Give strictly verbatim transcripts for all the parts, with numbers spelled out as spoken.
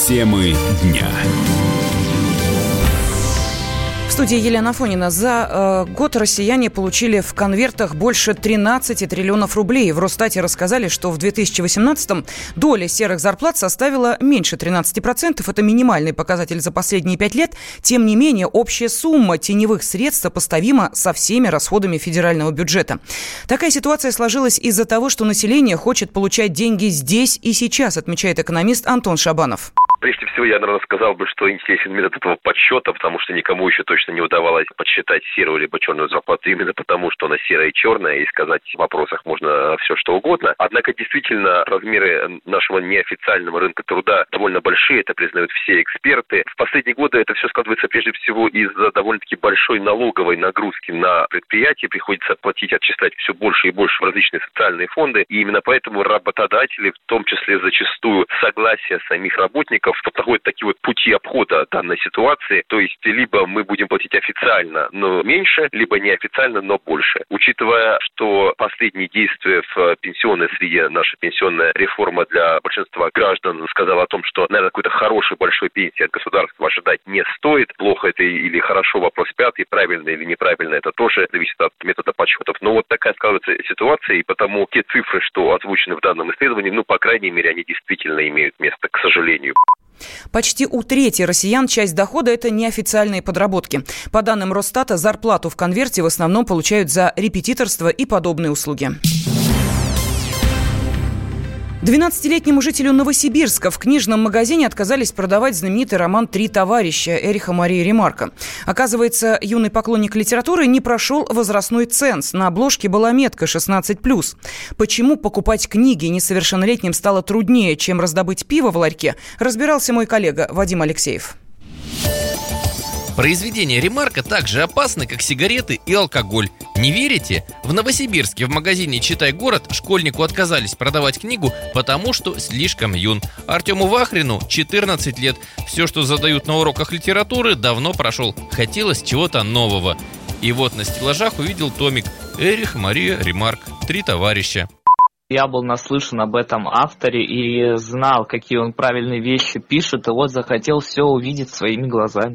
Темы дня. В студии Елена Афонина. За э, год россияне получили в конвертах больше тринадцать триллионов рублей. В Росстате рассказали, что в две тысячи восемнадцатом доля серых зарплат составила меньше тринадцати процентов. Это минимальный показатель за последние пять лет. Тем не менее, общая сумма теневых средств сопоставима со всеми расходами федерального бюджета. Такая ситуация сложилась из-за того, что население хочет получать деньги здесь и сейчас, отмечает экономист Антон Шабанов. Прежде всего, я, наверное, сказал бы, что интересен метод этого подсчета, потому что никому еще точно не удавалось подсчитать серую либо черную зарплату именно потому, что она серая и черная, и сказать в вопросах можно все что угодно. Однако, действительно, размеры нашего неофициального рынка труда довольно большие, это признают все эксперты. В последние годы это все складывается прежде всего из-за довольно-таки большой налоговой нагрузки на предприятия. Приходится платить, отчислять все больше и больше в различные социальные фонды, и именно поэтому работодатели, в том числе зачастую согласие самих работников, находят такие вот пути обхода данной ситуации. То есть либо мы будем платить официально, но меньше, либо неофициально, но больше. Учитывая, что последние действия в пенсионной среде, наша пенсионная реформа для большинства граждан сказала о том, что, наверное, какой-то хорошей большой пенсии от государства ожидать не стоит. Плохо это или хорошо, вопрос пятый, правильно или неправильно, это тоже зависит от метода подсчетов. Но вот такая складывается ситуация, и потому те цифры, что озвучены в данном исследовании, ну, по крайней мере, они действительно имеют место, к сожалению. Почти у трети россиян часть дохода – это неофициальные подработки. По данным Росстата, зарплату в конверте в основном получают за репетиторство и подобные услуги. двенадцатилетнему жителю Новосибирска в книжном магазине отказались продавать знаменитый роман «Три товарища» Эриха Марии Ремарка. Оказывается, юный поклонник литературы не прошел возрастной ценз. На обложке была метка шестнадцать плюс. Почему покупать книги несовершеннолетним стало труднее, чем раздобыть пиво в ларьке, разбирался мой коллега Вадим Алексеев. Произведения Ремарка так же опасны, как сигареты и алкоголь. Не верите? В Новосибирске в магазине «Читай город» школьнику отказались продавать книгу, потому что слишком юн. Артему Вахрину четырнадцать лет. Все, что задают на уроках литературы, давно прошел. Хотелось чего-то нового. И вот на стеллажах увидел томик «Эрих Мария Ремарк. Три товарища». Я был наслышан об этом авторе и знал, какие он правильные вещи пишет, и вот захотел все увидеть своими глазами.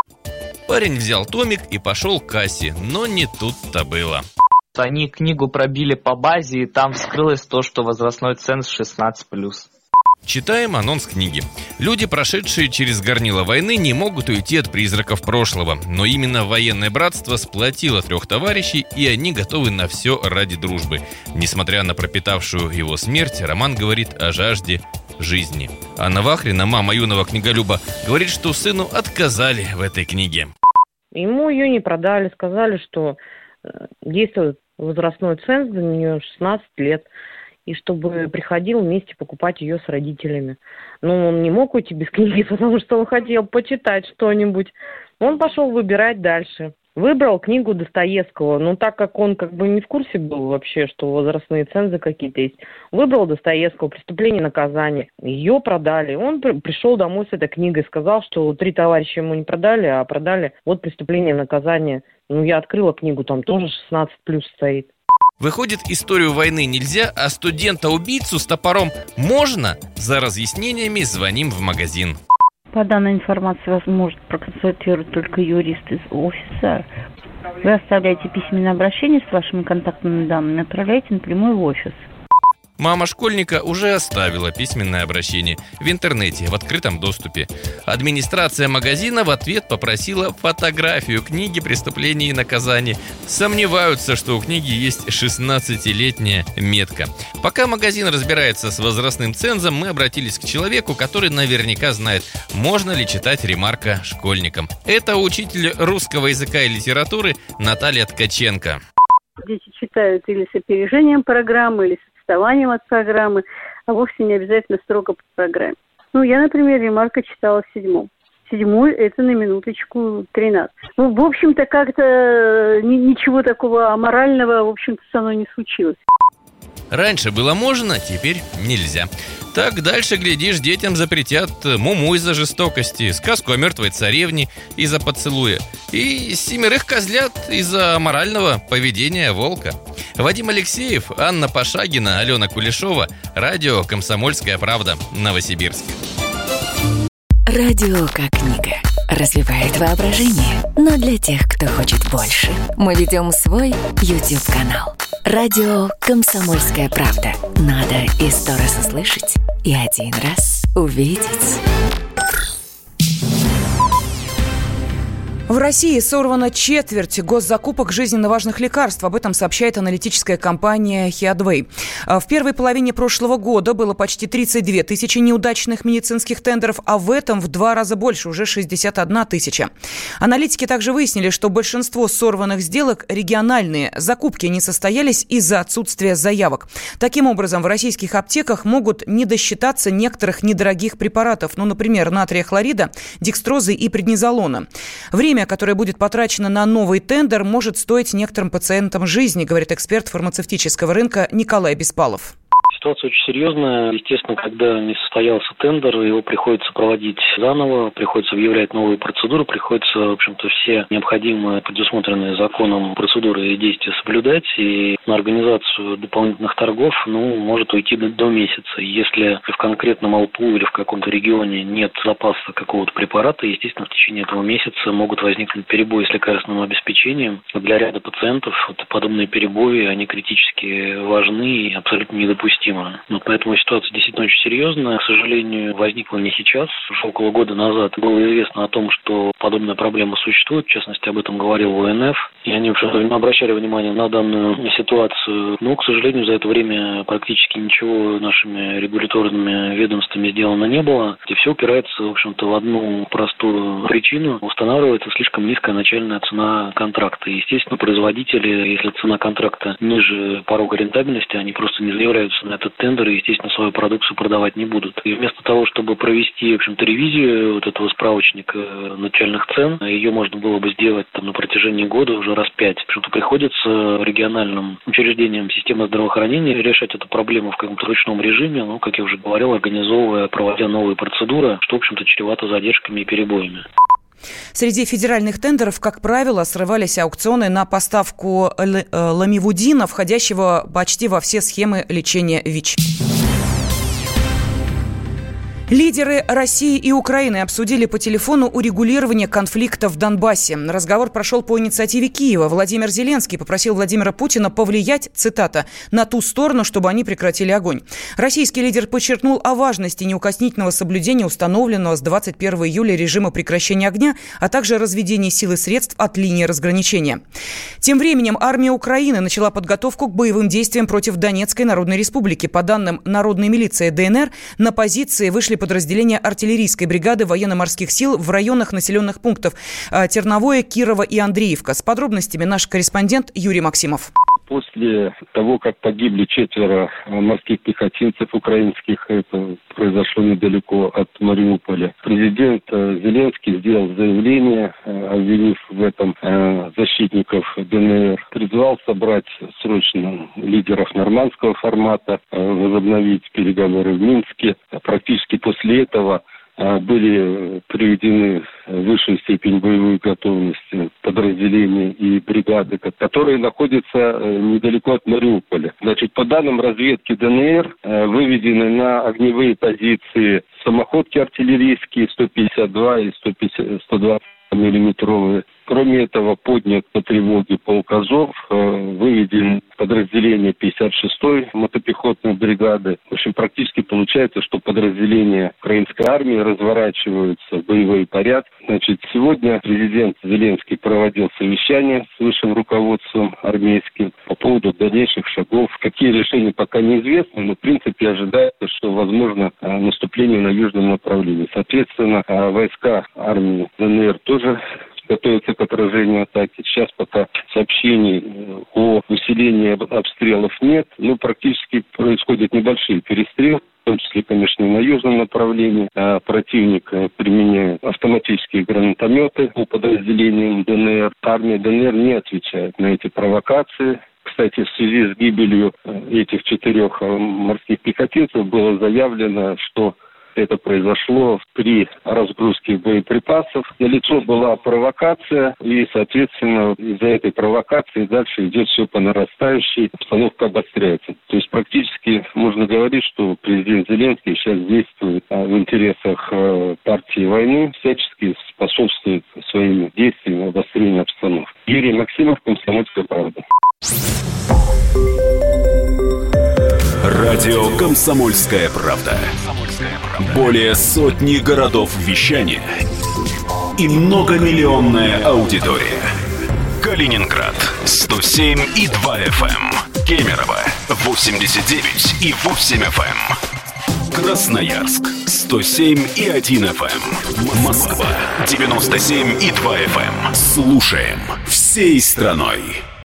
Парень взял томик и пошел к кассе, но не тут-то было. Они книгу пробили по базе, и там вскрылось то, что возрастной ценз шестнадцать плюс. Читаем анонс книги. Люди, прошедшие через горнило войны, не могут уйти от призраков прошлого. Но именно военное братство сплотило трех товарищей, и они готовы на все ради дружбы. Несмотря на пропитавшую его смерть, роман говорит о жажде жизни. Анна Вахрина, мама юного книголюба, говорит, что сыну отказали в этой книге. Ему ее не продали, сказали, что действует возрастной ценз, для нее шестнадцать лет, и чтобы приходил вместе покупать ее с родителями. Но он не мог уйти без книги, потому что он хотел почитать что-нибудь. Он пошел выбирать дальше. Выбрал книгу Достоевского, но так как он как бы не в курсе был вообще, что возрастные цензы какие-то есть, выбрал Достоевского «Преступление и наказание». Ее продали. Он при- пришел домой с этой книгой, сказал, что три товарища ему не продали, а продали вот «Преступление и наказание». Ну, я открыла книгу, там тоже шестнадцать плюс стоит. Выходит, историю войны нельзя, а студента-убийцу с топором можно? За разъяснениями звоним в магазин. По данной информации вас может проконсультировать только юрист из офиса. Вы оставляете письменное обращение с вашими контактными данными, отправляете напрямую в офис. Мама школьника уже оставила письменное обращение в интернете, в открытом доступе. Администрация магазина в ответ попросила фотографию книги «Преступление и наказание». Сомневаются, что у книги есть шестнадцатилетняя метка. Пока магазин разбирается с возрастным цензом, мы обратились к человеку, который наверняка знает, можно ли читать Ремарка школьникам. Это учитель русского языка и литературы Наталья Ткаченко. Дети читают или с опережением программы, или с отставанием от программы, а вовсе не обязательно строго по программе. Ну, я, например, Ремарка читала в седьмом. Седьмой – это на минуточку тринадцать. Ну, в общем-то, как-то ничего такого аморального, в общем-то, со мной не случилось. Раньше было можно, теперь нельзя. Так дальше, глядишь, детям запретят Муму из-за жестокости, сказку о мертвой царевне из-за поцелуя и семерых козлят из-за морального поведения волка. Вадим Алексеев, Анна Пашагина, Алена Кулешова. Радио «Комсомольская правда», Новосибирск. Радио как книга. Развивает воображение. Но для тех, кто хочет больше, мы ведем свой YouTube-канал. Радио «Комсомольская правда». Надо и сто раз услышать, и один раз увидеть. В России сорвана четверть госзакупок жизненно важных лекарств. Об этом сообщает аналитическая компания Headway. В первой половине прошлого года было почти тридцать две тысячи неудачных медицинских тендеров, а в этом в два раза больше, уже шестьдесят одна тысяча. Аналитики также выяснили, что большинство сорванных сделок региональные. Закупки не состоялись из-за отсутствия заявок. Таким образом, в российских аптеках могут не досчитаться некоторых недорогих препаратов, ну, например, натрия хлорида, декстрозы и преднизолона. Время, которое будет потрачено на новый тендер, может стоить некоторым пациентам жизни, говорит эксперт фармацевтического рынка Николай Беспалов. Ситуация очень серьезная. Естественно, когда не состоялся тендер, его приходится проводить заново, приходится объявлять новые процедуры, приходится, в общем-то, все необходимые, предусмотренные законом процедуры и действия соблюдать. И на организацию дополнительных торгов, ну, может уйти до, до месяца. Если в конкретном АЛПУ или в каком-то регионе нет запаса какого-то препарата, естественно, в течение этого месяца могут возникнуть перебои с лекарственным обеспечением. Для ряда пациентов вот подобные перебои, они критически важны и абсолютно недопустимы. Ну, поэтому ситуация действительно очень серьезная. К сожалению, возникла не сейчас. Уже около года назад было известно о том, что подобная проблема существует. В частности, об этом говорил О Эн Эф. И они, в общем-то, обращали внимание на данную ситуацию. Но, к сожалению, за это время практически ничего нашими регуляторными ведомствами сделано не было. И все упирается, в общем-то, в одну простую причину. Устанавливается слишком низкая начальная цена контракта. И, естественно, производители, если цена контракта ниже порога рентабельности, они просто не заявляются на этот тендер и, естественно, свою продукцию продавать не будут. И вместо того, чтобы провести, в общем-то, ревизию вот этого справочника начальных цен, ее можно было бы сделать там на протяжении года уже раз пять. В общем-то, приходится региональным учреждениям системы здравоохранения решать эту проблему в каком-то ручном режиме, ну, как я уже говорил, организовывая, проводя новые процедуры, что, в общем-то, чревато задержками и перебоями. Среди федеральных тендеров, как правило, срывались аукционы на поставку ламивудина, входящего почти во все схемы лечения ВИЧ. Лидеры России и Украины обсудили по телефону урегулирование конфликта в Донбассе. Разговор прошел по инициативе Киева. Владимир Зеленский попросил Владимира Путина повлиять, цитата, «на ту сторону, чтобы они прекратили огонь». Российский лидер подчеркнул о важности неукоснительного соблюдения установленного с двадцать первого июля режима прекращения огня, а также разведения сил и средств от линии разграничения. Тем временем армия Украины начала подготовку к боевым действиям против Донецкой Народной Республики. По данным Народной милиции Дэ Эн Эр, на позиции вышли подразделения артиллерийской бригады военно-морских сил в районах населенных пунктов Терновое, Кирово и Андреевка. С подробностями наш корреспондент Юрий Максимов. После того, как погибли четверо морских пехотинцев украинских, это произошло недалеко от Мариуполя, президент Зеленский сделал заявление, обвинив в этом защитников Дэ Эн Эр, призвал собрать срочно лидеров нормандского формата, возобновить переговоры в Минске. Практически после этого были приведены в высшую степень боевой готовности подразделения и бригады, которые находятся недалеко от Мариуполя. Значит, по данным разведки Дэ Эн Эр, выведены на огневые позиции самоходки артиллерийские сто пятьдесят два и сто двадцать миллиметровые. Кроме этого, поднят по тревоге полк Азов, выведен подразделение пятьдесят шестой мотопехотной бригады. В общем, практически получается, что подразделения украинской армии разворачиваются в боевой порядок. Значит, сегодня президент Зеленский проводил совещание с высшим руководством армейским по поводу дальнейших шагов. Какие решения пока неизвестны, но в принципе ожидается, что возможно наступление на южном направлении. Соответственно, войска армии Дэ Эн Эр тоже готовятся к отражению атаки. Сейчас пока сообщений о усилении обстрелов нет, но практически происходят небольшие перестрелки, в том числе, конечно, и на южном направлении. А противник применяет автоматические гранатометы по подразделениям Дэ Эн Эр. Армия Дэ Эн Эр не отвечает на эти провокации. Кстати, в связи с гибелью этих четырех морских пехотинцев было заявлено, что Это произошло при разгрузке боеприпасов. Налицо была провокация, и, соответственно, из-за этой провокации дальше идет все по нарастающей, обстановка обостряется. То есть практически можно говорить, что президент Зеленский сейчас действует в интересах партии войны, всячески способствует своими действиями обострению обстановки. Юрий Максимов, «Комсомольская правда». Радио «Комсомольская правда». Более сотни городов вещания и многомиллионная аудитория. Калининград сто семь и два эф эм, Кемерово восемьдесят девять и восемь эф эм, Красноярск сто семь и один эф эм, Москва девяносто семь и два эф эм. Слушаем всей страной.